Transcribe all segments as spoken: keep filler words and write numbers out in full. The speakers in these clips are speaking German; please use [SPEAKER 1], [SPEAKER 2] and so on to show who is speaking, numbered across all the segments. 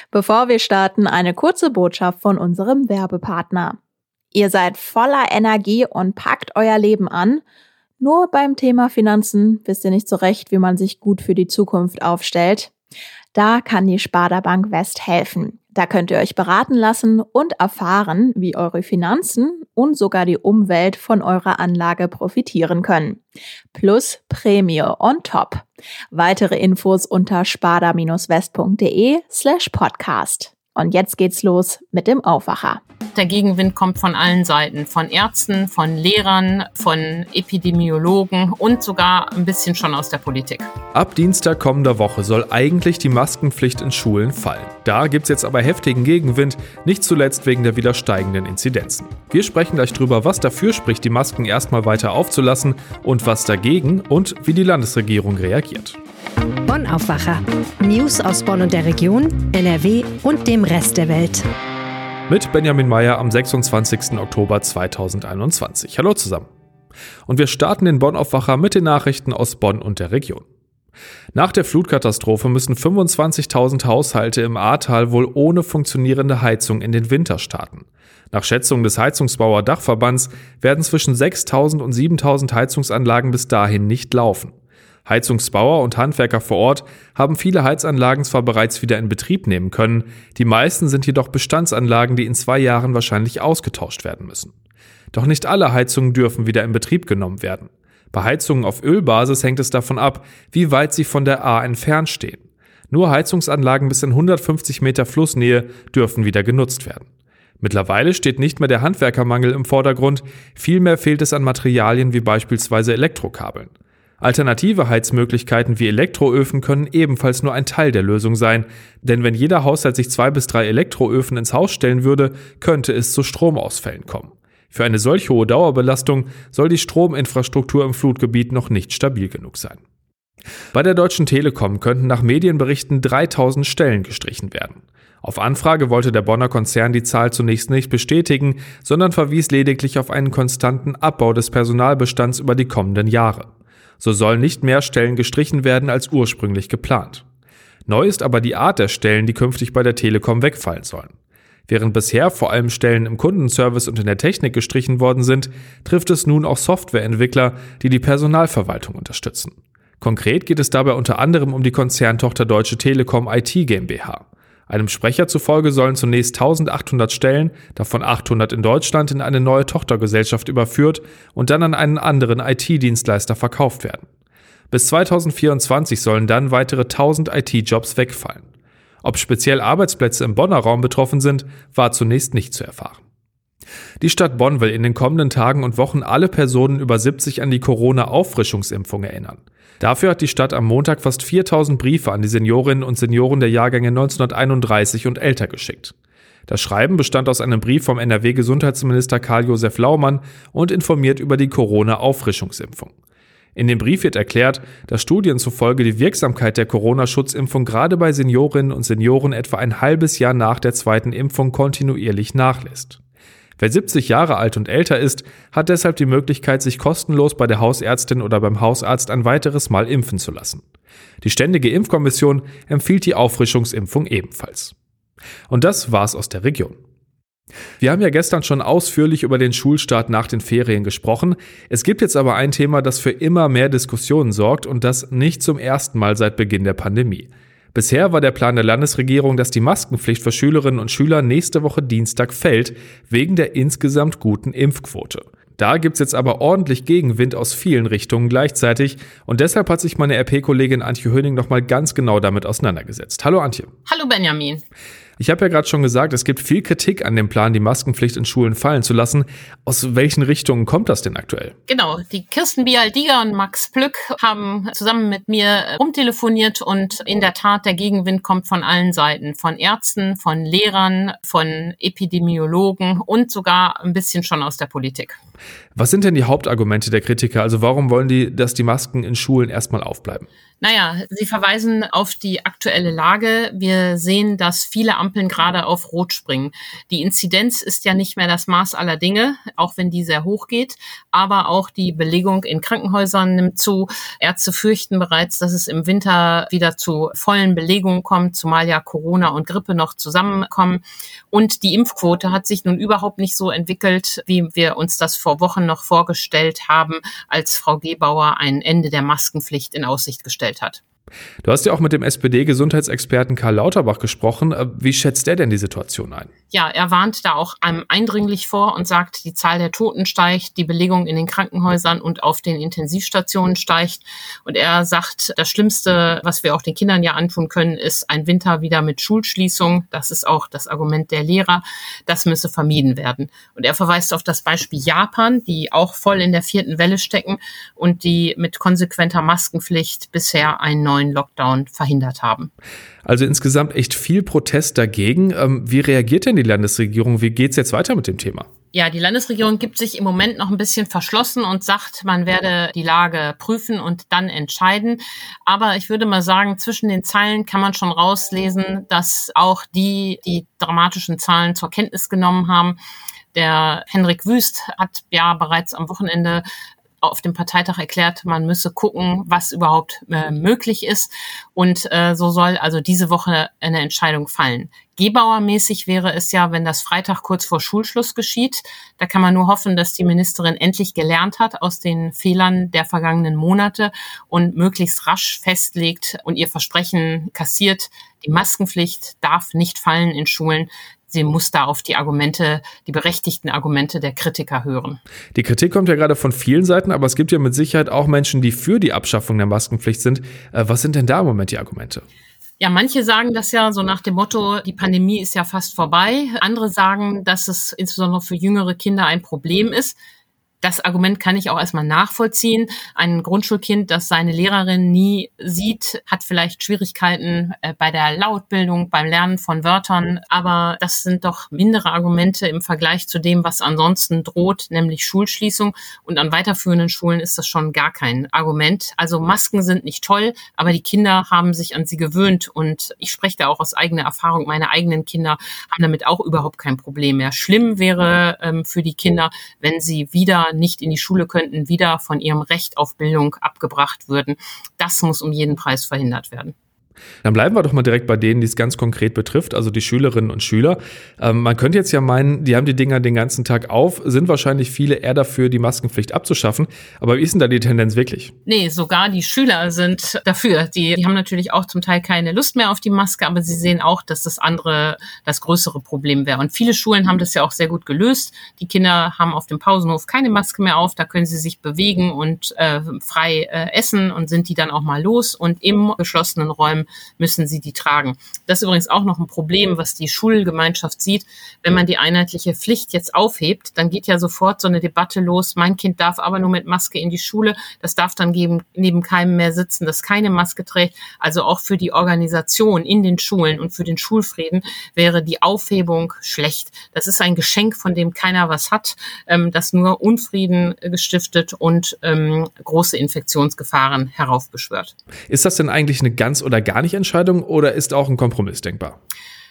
[SPEAKER 1] Bevor wir starten, eine kurze Botschaft von unserem Werbepartner. Ihr seid voller Energie und packt euer Leben an. Nur beim Thema Finanzen wisst ihr nicht so recht, wie man sich gut für die Zukunft aufstellt. Da kann die Sparda Bank West helfen. Da könnt ihr euch beraten lassen und erfahren, wie eure Finanzen und sogar die Umwelt von eurer Anlage profitieren können. Plus Prämie on top. Weitere Infos unter sparda-west.de slash podcast. Und jetzt geht's los mit dem Aufwacher.
[SPEAKER 2] Der Gegenwind kommt von allen Seiten, von Ärzten, von Lehrern, von Epidemiologen und sogar ein bisschen schon aus der Politik.
[SPEAKER 3] Ab Dienstag kommender Woche soll eigentlich die Maskenpflicht in Schulen fallen. Da gibt's jetzt aber heftigen Gegenwind, nicht zuletzt wegen der wieder steigenden Inzidenzen. Wir sprechen gleich drüber, was dafür spricht, die Masken erstmal weiter aufzulassen und was dagegen und wie die Landesregierung reagiert.
[SPEAKER 4] Bonn Aufwacher. News aus Bonn und der Region, N R W und dem Rest der Welt.
[SPEAKER 3] Mit Benjamin Meyer am sechsundzwanzigsten Oktober zweitausendeinundzwanzig. Hallo zusammen. Und wir starten den Bonn Aufwacher mit den Nachrichten aus Bonn und der Region. Nach der Flutkatastrophe müssen fünfundzwanzigtausend Haushalte im Ahrtal wohl ohne funktionierende Heizung in den Winter starten. Nach Schätzungen des Heizungsbauer Dachverbands werden zwischen sechstausend und siebentausend Heizungsanlagen bis dahin nicht laufen. Heizungsbauer und Handwerker vor Ort haben viele Heizanlagen zwar bereits wieder in Betrieb nehmen können, die meisten sind jedoch Bestandsanlagen, die in zwei Jahren wahrscheinlich ausgetauscht werden müssen. Doch nicht alle Heizungen dürfen wieder in Betrieb genommen werden. Bei Heizungen auf Ölbasis hängt es davon ab, wie weit sie von der Ahr entfernt stehen. Nur Heizungsanlagen bis in hundertfünfzig Meter Flussnähe dürfen wieder genutzt werden. Mittlerweile steht nicht mehr der Handwerkermangel im Vordergrund, vielmehr fehlt es an Materialien wie beispielsweise Elektrokabeln. Alternative Heizmöglichkeiten wie Elektroöfen können ebenfalls nur ein Teil der Lösung sein, denn wenn jeder Haushalt sich zwei bis drei Elektroöfen ins Haus stellen würde, könnte es zu Stromausfällen kommen. Für eine solch hohe Dauerbelastung soll die Strominfrastruktur im Flutgebiet noch nicht stabil genug sein. Bei der Deutschen Telekom könnten nach Medienberichten dreitausend Stellen gestrichen werden. Auf Anfrage wollte der Bonner Konzern die Zahl zunächst nicht bestätigen, sondern verwies lediglich auf einen konstanten Abbau des Personalbestands über die kommenden Jahre. So sollen nicht mehr Stellen gestrichen werden als ursprünglich geplant. Neu ist aber die Art der Stellen, die künftig bei der Telekom wegfallen sollen. Während bisher vor allem Stellen im Kundenservice und in der Technik gestrichen worden sind, trifft es nun auch Softwareentwickler, die die Personalverwaltung unterstützen. Konkret geht es dabei unter anderem um die Konzerntochter Deutsche Telekom I T GmbH. Einem Sprecher zufolge sollen zunächst eintausendachthundert Stellen, davon achthundert in Deutschland, in eine neue Tochtergesellschaft überführt und dann an einen anderen I T-Dienstleister verkauft werden. Bis zweitausendvierundzwanzig sollen dann weitere tausend I T-Jobs wegfallen. Ob speziell Arbeitsplätze im Bonner Raum betroffen sind, war zunächst nicht zu erfahren. Die Stadt Bonn will in den kommenden Tagen und Wochen alle Personen über siebzig an die Corona-Auffrischungsimpfung erinnern. Dafür hat die Stadt am Montag fast viertausend Briefe an die Seniorinnen und Senioren der Jahrgänge neunzehnhunderteinunddreißig und älter geschickt. Das Schreiben bestand aus einem Brief vom N R W-Gesundheitsminister Karl-Josef Laumann und informiert über die Corona-Auffrischungsimpfung. In dem Brief wird erklärt, dass Studien zufolge die Wirksamkeit der Corona-Schutzimpfung gerade bei Seniorinnen und Senioren etwa ein halbes Jahr nach der zweiten Impfung kontinuierlich nachlässt. Wer siebzig Jahre alt und älter ist, hat deshalb die Möglichkeit, sich kostenlos bei der Hausärztin oder beim Hausarzt ein weiteres Mal impfen zu lassen. Die Ständige Impfkommission empfiehlt die Auffrischungsimpfung ebenfalls. Und das war's aus der Region. Wir haben ja gestern schon ausführlich über den Schulstart nach den Ferien gesprochen. Es gibt jetzt aber ein Thema, das für immer mehr Diskussionen sorgt und das nicht zum ersten Mal seit Beginn der Pandemie. Bisher war der Plan der Landesregierung, dass die Maskenpflicht für Schülerinnen und Schüler nächste Woche Dienstag fällt, wegen der insgesamt guten Impfquote. Da gibt's jetzt aber ordentlich Gegenwind aus vielen Richtungen gleichzeitig und deshalb hat sich meine R P-Kollegin Antje Höning nochmal ganz genau damit auseinandergesetzt. Hallo Antje.
[SPEAKER 2] Hallo Benjamin.
[SPEAKER 3] Ich habe ja gerade schon gesagt, es gibt viel Kritik an dem Plan, die Maskenpflicht in Schulen fallen zu lassen. Aus welchen Richtungen kommt das denn aktuell?
[SPEAKER 2] Genau, die Kirsten Bialdiger und Max Plück haben zusammen mit mir rumtelefoniert und in der Tat, der Gegenwind kommt von allen Seiten. Von Ärzten, von Lehrern, von Epidemiologen und sogar ein bisschen schon aus der Politik.
[SPEAKER 3] Was sind denn die Hauptargumente der Kritiker? Also warum wollen die, dass die Masken in Schulen erstmal aufbleiben?
[SPEAKER 2] Naja, Sie verweisen auf die aktuelle Lage. Wir sehen, dass viele Ampeln gerade auf Rot springen. Die Inzidenz ist ja nicht mehr das Maß aller Dinge, auch wenn die sehr hoch geht. Aber auch die Belegung in Krankenhäusern nimmt zu. Ärzte fürchten bereits, dass es im Winter wieder zu vollen Belegungen kommt, zumal ja Corona und Grippe noch zusammenkommen. Und die Impfquote hat sich nun überhaupt nicht so entwickelt, wie wir uns das vor Wochen noch vorgestellt haben, als Frau Gebauer ein Ende der Maskenpflicht in Aussicht gestellt hat.
[SPEAKER 3] Du hast ja auch mit dem S P D-Gesundheitsexperten Karl Lauterbach gesprochen. Wie schätzt er denn die Situation ein?
[SPEAKER 2] Ja, er warnt da auch einem eindringlich vor und sagt, die Zahl der Toten steigt, die Belegung in den Krankenhäusern und auf den Intensivstationen steigt. Und er sagt, das Schlimmste, was wir auch den Kindern ja antun können, ist ein Winter wieder mit Schulschließung. Das ist auch das Argument der Lehrer. Das müsse vermieden werden. Und er verweist auf das Beispiel Japan, die auch voll in der vierten Welle stecken und die mit konsequenter Maskenpflicht bisher einen neuen Lockdown verhindert haben.
[SPEAKER 3] Also insgesamt echt viel Protest dagegen. Wie reagiert denn die Landesregierung? Wie geht's jetzt weiter mit dem Thema?
[SPEAKER 2] Ja, die Landesregierung gibt sich im Moment noch ein bisschen verschlossen und sagt, man werde die Lage prüfen und dann entscheiden. Aber ich würde mal sagen, zwischen den Zeilen kann man schon rauslesen, dass auch die, die dramatischen Zahlen zur Kenntnis genommen haben. Der Henrik Wüst hat ja bereits am Wochenende auf dem Parteitag erklärt, man müsse gucken, was überhaupt äh, möglich ist. Und äh, so soll also diese Woche eine Entscheidung fallen. Gebauer-mäßig wäre es ja, wenn das Freitag kurz vor Schulschluss geschieht. Da kann man nur hoffen, dass die Ministerin endlich gelernt hat aus den Fehlern der vergangenen Monate und möglichst rasch festlegt und ihr Versprechen kassiert. Die Maskenpflicht darf nicht fallen in Schulen. Sie muss da auf die Argumente, die berechtigten Argumente der Kritiker hören.
[SPEAKER 3] Die Kritik kommt ja gerade von vielen Seiten, aber es gibt ja mit Sicherheit auch Menschen, die für die Abschaffung der Maskenpflicht sind. Was sind denn da im Moment die Argumente?
[SPEAKER 2] Ja, manche sagen das ja so nach dem Motto, die Pandemie ist ja fast vorbei. Andere sagen, dass es insbesondere für jüngere Kinder ein Problem ist. Das Argument kann ich auch erstmal nachvollziehen. Ein Grundschulkind, das seine Lehrerin nie sieht, hat vielleicht Schwierigkeiten äh, bei der Lautbildung, beim Lernen von Wörtern. Aber das sind doch mindere Argumente im Vergleich zu dem, was ansonsten droht, nämlich Schulschließung. Und an weiterführenden Schulen ist das schon gar kein Argument. Also Masken sind nicht toll, aber die Kinder haben sich an sie gewöhnt. Und ich spreche da auch aus eigener Erfahrung. Meine eigenen Kinder haben damit auch überhaupt kein Problem mehr. Schlimm wäre ähm, für die Kinder, wenn sie wieder nicht in die Schule könnten, wieder von ihrem Recht auf Bildung abgebracht würden. Das muss um jeden Preis verhindert werden.
[SPEAKER 3] Dann bleiben wir doch mal direkt bei denen, die es ganz konkret betrifft, also die Schülerinnen und Schüler. Ähm, man könnte jetzt ja meinen, die haben die Dinger den ganzen Tag auf, sind wahrscheinlich viele eher dafür, die Maskenpflicht abzuschaffen. Aber wie ist denn da die Tendenz wirklich?
[SPEAKER 2] Nee, sogar die Schüler sind dafür. Die, die haben natürlich auch zum Teil keine Lust mehr auf die Maske, aber sie sehen auch, dass das andere das größere Problem wäre. Und viele Schulen haben das ja auch sehr gut gelöst. Die Kinder haben auf dem Pausenhof keine Maske mehr auf, da können sie sich bewegen und äh, frei äh, essen und sind die dann auch mal los. Und im geschlossenen Räumen müssen sie die tragen. Das ist übrigens auch noch ein Problem, was die Schulgemeinschaft sieht. Wenn man die einheitliche Pflicht jetzt aufhebt, dann geht ja sofort so eine Debatte los. Mein Kind darf aber nur mit Maske in die Schule. Das darf dann geben, neben keinem mehr sitzen, das keine Maske trägt. Also auch für die Organisation in den Schulen und für den Schulfrieden wäre die Aufhebung schlecht. Das ist ein Geschenk, von dem keiner was hat, ähm, das nur Unfrieden gestiftet und ähm, große Infektionsgefahren heraufbeschwört.
[SPEAKER 3] Ist das denn eigentlich eine ganz oder gar nicht Entscheidung oder ist auch ein Kompromiss denkbar?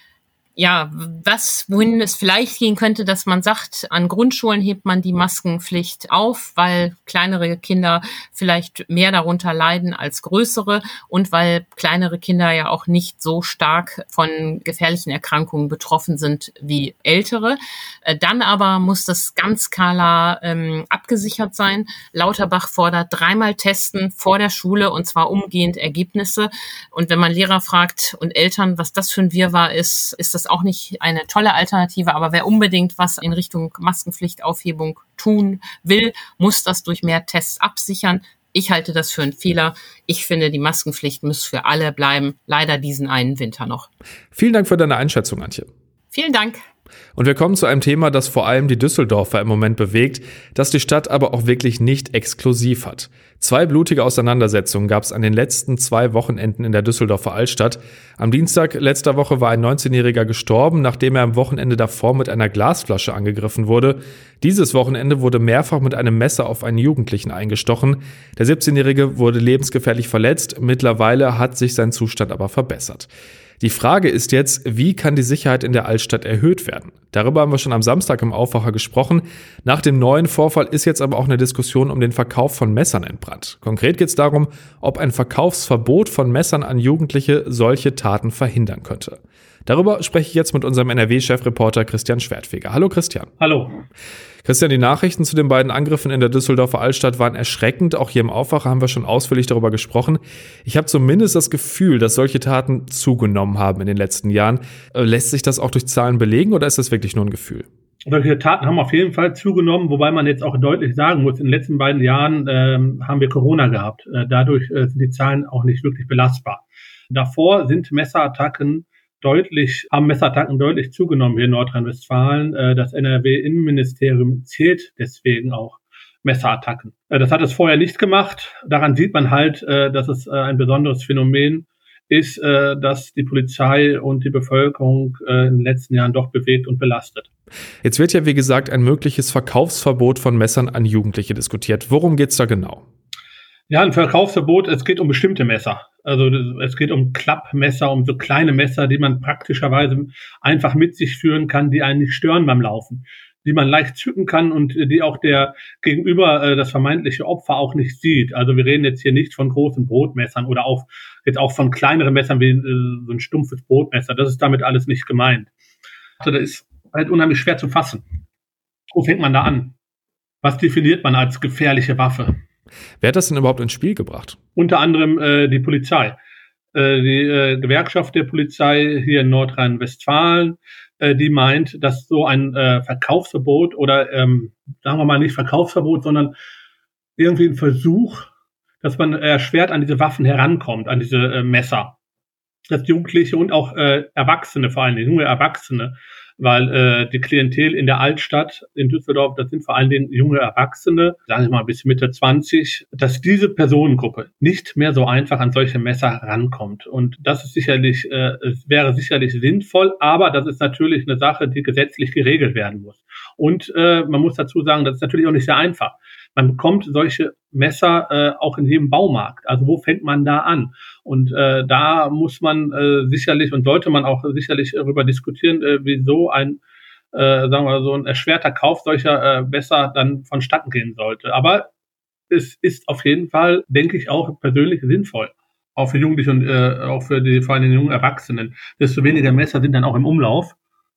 [SPEAKER 2] Ja, was, wohin es vielleicht gehen könnte, dass man sagt, an Grundschulen hebt man die Maskenpflicht auf, weil kleinere Kinder vielleicht mehr darunter leiden als größere und weil kleinere Kinder ja auch nicht so stark von gefährlichen Erkrankungen betroffen sind wie ältere. Dann aber muss das ganz klar ähm, abgesichert sein. Lauterbach fordert dreimal testen vor der Schule und zwar umgehend Ergebnisse. Und wenn man Lehrer fragt und Eltern, was das für ein Wirrwarr ist, ist das auch nicht eine tolle Alternative, aber wer unbedingt was in Richtung Maskenpflichtaufhebung tun will, muss das durch mehr Tests absichern. Ich halte das für einen Fehler. Ich finde, die Maskenpflicht muss für alle bleiben. Leider diesen einen Winter noch.
[SPEAKER 3] Vielen Dank für deine Einschätzung, Antje.
[SPEAKER 2] Vielen Dank.
[SPEAKER 3] Und wir kommen zu einem Thema, das vor allem die Düsseldorfer im Moment bewegt, das die Stadt aber auch wirklich nicht exklusiv hat. Zwei blutige Auseinandersetzungen gab es an den letzten zwei Wochenenden in der Düsseldorfer Altstadt. Am Dienstag letzter Woche war ein neunzehnjähriger gestorben, nachdem er am Wochenende davor mit einer Glasflasche angegriffen wurde. Dieses Wochenende wurde mehrfach mit einem Messer auf einen Jugendlichen eingestochen. Der siebzehnjährige wurde lebensgefährlich verletzt. Mittlerweile hat sich sein Zustand aber verbessert. Die Frage ist jetzt, wie kann die Sicherheit in der Altstadt erhöht werden? Darüber haben wir schon am Samstag im Aufwacher gesprochen. Nach dem neuen Vorfall ist jetzt aber auch eine Diskussion um den Verkauf von Messern entbrannt. Konkret geht es darum, ob ein Verkaufsverbot von Messern an Jugendliche solche Taten verhindern könnte. Darüber spreche ich jetzt mit unserem N R W-Chefreporter Christian Schwertfeger. Hallo Christian.
[SPEAKER 5] Hallo.
[SPEAKER 3] Christian, die Nachrichten zu den beiden Angriffen in der Düsseldorfer Altstadt waren erschreckend. Auch hier im Aufwacher haben wir schon ausführlich darüber gesprochen. Ich habe zumindest das Gefühl, dass solche Taten zugenommen haben in den letzten Jahren. Lässt sich das auch durch Zahlen belegen oder ist das wirklich nur ein Gefühl?
[SPEAKER 5] Solche Taten haben auf jeden Fall zugenommen, wobei man jetzt auch deutlich sagen muss, in den letzten beiden Jahren ähm, haben wir Corona gehabt. Äh, dadurch äh, sind die Zahlen auch nicht wirklich belastbar. Davor sind Messerattacken deutlich, haben Messerattacken deutlich zugenommen hier in Nordrhein-Westfalen. Das N R W-Innenministerium zählt deswegen auch Messerattacken. Das hat es vorher nicht gemacht. Daran sieht man halt, dass es ein besonderes Phänomen ist, dass die Polizei und die Bevölkerung in den letzten Jahren doch bewegt und belastet.
[SPEAKER 3] Jetzt wird ja, wie gesagt, ein mögliches Verkaufsverbot von Messern an Jugendliche diskutiert. Worum geht's da genau?
[SPEAKER 5] Ja, ein Verkaufsverbot, es geht um bestimmte Messer. Also es geht um Klappmesser, um so kleine Messer, die man praktischerweise einfach mit sich führen kann, die einen nicht stören beim Laufen, die man leicht zücken kann und die auch der Gegenüber, äh, das vermeintliche Opfer, auch nicht sieht. Also wir reden jetzt hier nicht von großen Brotmessern oder auch jetzt auch von kleineren Messern wie äh, so ein stumpfes Brotmesser. Das ist damit alles nicht gemeint. Also das ist halt unheimlich schwer zu fassen. Wo fängt man da an? Was definiert man als gefährliche Waffe?
[SPEAKER 3] Wer hat das denn überhaupt ins Spiel gebracht?
[SPEAKER 5] Unter anderem äh, die Polizei. Äh, die äh, Gewerkschaft der Polizei hier in Nordrhein-Westfalen, äh, die meint, dass so ein äh, Verkaufsverbot oder ähm, sagen wir mal nicht Verkaufsverbot, sondern irgendwie ein Versuch, dass man erschwert an diese Waffen herankommt, an diese äh, Messer. Dass Jugendliche und auch äh, Erwachsene, vor allem junge Erwachsene, weil äh, die Klientel in der Altstadt in Düsseldorf, das sind vor allen Dingen junge Erwachsene, sagen wir mal bis Mitte zwanzig, dass diese Personengruppe nicht mehr so einfach an solche Messer rankommt. Und das ist sicherlich, äh, es wäre sicherlich sinnvoll, aber das ist natürlich eine Sache, die gesetzlich geregelt werden muss. Und äh, man muss dazu sagen, das ist natürlich auch nicht sehr einfach. Man bekommt solche Messer äh, auch in jedem Baumarkt. Also wo fängt man da an? Und äh, da muss man äh, sicherlich und sollte man auch sicherlich darüber diskutieren, äh, wieso ein, äh, sagen wir so ein erschwerter Kauf solcher äh, Messer dann vonstatten gehen sollte. Aber es ist auf jeden Fall, denke ich, auch persönlich sinnvoll. Auch für Jugendliche und äh, auch für die vor allem die jungen Erwachsenen. Desto weniger Messer sind dann auch im Umlauf.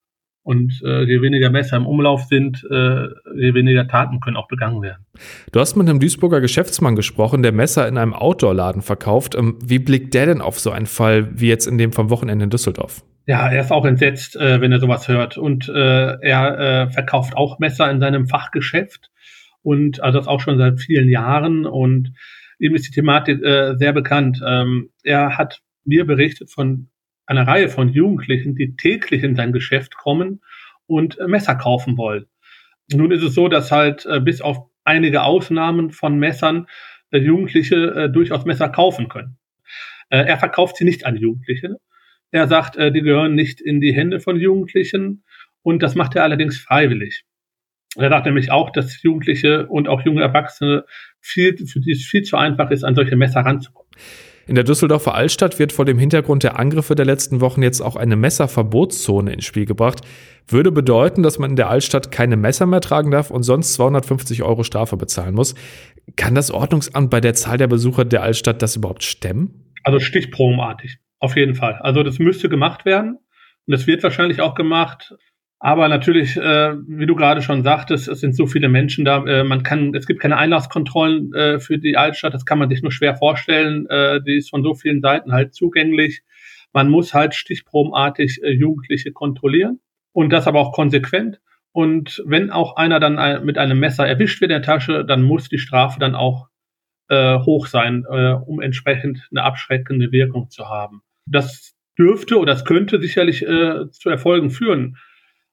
[SPEAKER 5] Und äh, je weniger Messer im Umlauf sind, äh, je weniger Taten können auch begangen werden.
[SPEAKER 3] Du hast mit einem Duisburger Geschäftsmann gesprochen, der Messer in einem Outdoor-Laden verkauft. Wie blickt der denn auf so einen Fall wie jetzt in dem vom Wochenende in Düsseldorf?
[SPEAKER 5] Ja, er ist auch entsetzt, äh, wenn er sowas hört. Und äh, er äh, verkauft auch Messer in seinem Fachgeschäft. Und also das auch schon seit vielen Jahren. Und ihm ist die Thematik äh, sehr bekannt. Ähm, er hat mir berichtet von eine Reihe von Jugendlichen, die täglich in sein Geschäft kommen und äh, Messer kaufen wollen. Nun ist es so, dass halt äh, bis auf einige Ausnahmen von Messern äh, Jugendliche äh, durchaus Messer kaufen können. Äh, er verkauft sie nicht an Jugendliche. Er sagt, äh, die gehören nicht in die Hände von Jugendlichen und das macht er allerdings freiwillig. Er sagt nämlich auch, dass Jugendliche und auch junge Erwachsene viel, für die es viel zu einfach ist, an solche Messer ranzukommen.
[SPEAKER 3] In der Düsseldorfer Altstadt wird vor dem Hintergrund der Angriffe der letzten Wochen jetzt auch eine Messerverbotszone ins Spiel gebracht. Würde bedeuten, dass man in der Altstadt keine Messer mehr tragen darf und sonst zweihundertfünfzig Euro Strafe bezahlen muss. Kann das Ordnungsamt bei der Zahl der Besucher der Altstadt das überhaupt stemmen?
[SPEAKER 5] Also stichprobenartig, auf jeden Fall. Also das müsste gemacht werden und das wird wahrscheinlich auch gemacht. Aber natürlich, äh, wie du gerade schon sagtest, es sind so viele Menschen da. Äh, man kann, es gibt keine Einlasskontrollen äh, für die Altstadt. Das kann man sich nur schwer vorstellen. Äh, die ist von so vielen Seiten halt zugänglich. Man muss halt stichprobenartig äh, Jugendliche kontrollieren und das aber auch konsequent. Und wenn auch einer dann ein, mit einem Messer erwischt wird in der Tasche, dann muss die Strafe dann auch äh, hoch sein, äh, um entsprechend eine abschreckende Wirkung zu haben. Das dürfte oder das könnte sicherlich äh, zu Erfolgen führen.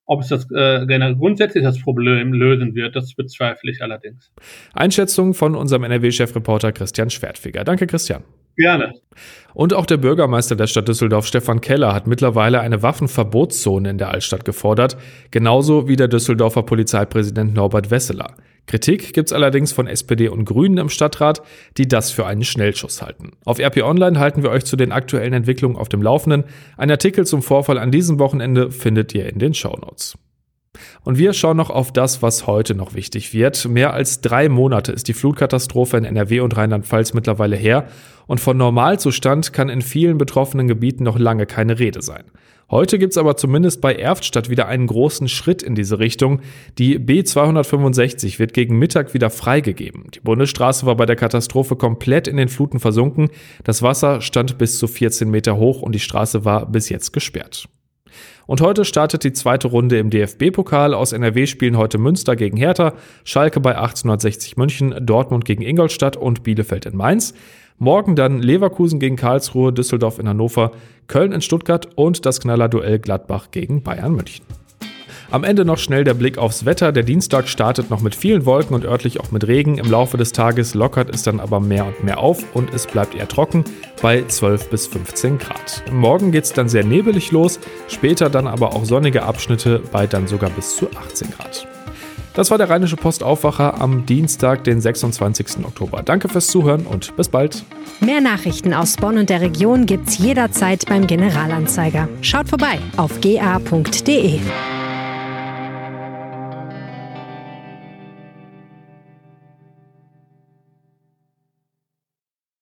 [SPEAKER 5] Ob es das äh, grundsätzlich das Problem lösen wird, das bezweifle ich allerdings.
[SPEAKER 3] Einschätzung von unserem N R W-Chefreporter Christian Schwertfeger. Danke, Christian.
[SPEAKER 5] Gerne.
[SPEAKER 3] Und auch der Bürgermeister der Stadt Düsseldorf, Stefan Keller, hat mittlerweile eine Waffenverbotszone in der Altstadt gefordert, genauso wie der Düsseldorfer Polizeipräsident Norbert Wesseler. Kritik gibt's allerdings von S P D und Grünen im Stadtrat, die das für einen Schnellschuss halten. Auf R P Online halten wir euch zu den aktuellen Entwicklungen auf dem Laufenden. Ein Artikel zum Vorfall an diesem Wochenende findet ihr in den Shownotes. Und wir schauen noch auf das, was heute noch wichtig wird. Mehr als drei Monate ist die Flutkatastrophe in N R W und Rheinland-Pfalz mittlerweile her und von Normalzustand kann in vielen betroffenen Gebieten noch lange keine Rede sein. Heute gibt's aber zumindest bei Erftstadt wieder einen großen Schritt in diese Richtung. Die B zweihundertfünfundsechzig wird gegen Mittag wieder freigegeben. Die Bundesstraße war bei der Katastrophe komplett in den Fluten versunken. Das Wasser stand bis zu vierzehn Meter hoch und die Straße war bis jetzt gesperrt. Und heute startet die zweite Runde im D F B-Pokal. Aus N R W spielen heute Münster gegen Hertha, Schalke bei achtzehnhundertsechzig München, Dortmund gegen Ingolstadt und Bielefeld in Mainz. Morgen dann Leverkusen gegen Karlsruhe, Düsseldorf in Hannover, Köln in Stuttgart und das Knallerduell Gladbach gegen Bayern München. Am Ende noch schnell der Blick aufs Wetter. Der Dienstag startet noch mit vielen Wolken und örtlich auch mit Regen. Im Laufe des Tages lockert es dann aber mehr und mehr auf und es bleibt eher trocken bei zwölf bis fünfzehn Grad. Morgen geht es dann sehr nebelig los, später dann aber auch sonnige Abschnitte bei dann sogar bis zu achtzehn Grad. Das war der Rheinische Post Aufwacher am Dienstag, den sechsundzwanzigsten Oktober. Danke fürs Zuhören und bis bald.
[SPEAKER 4] Mehr Nachrichten aus Bonn und der Region gibt's jederzeit beim Generalanzeiger. Schaut vorbei auf g a punkt d e.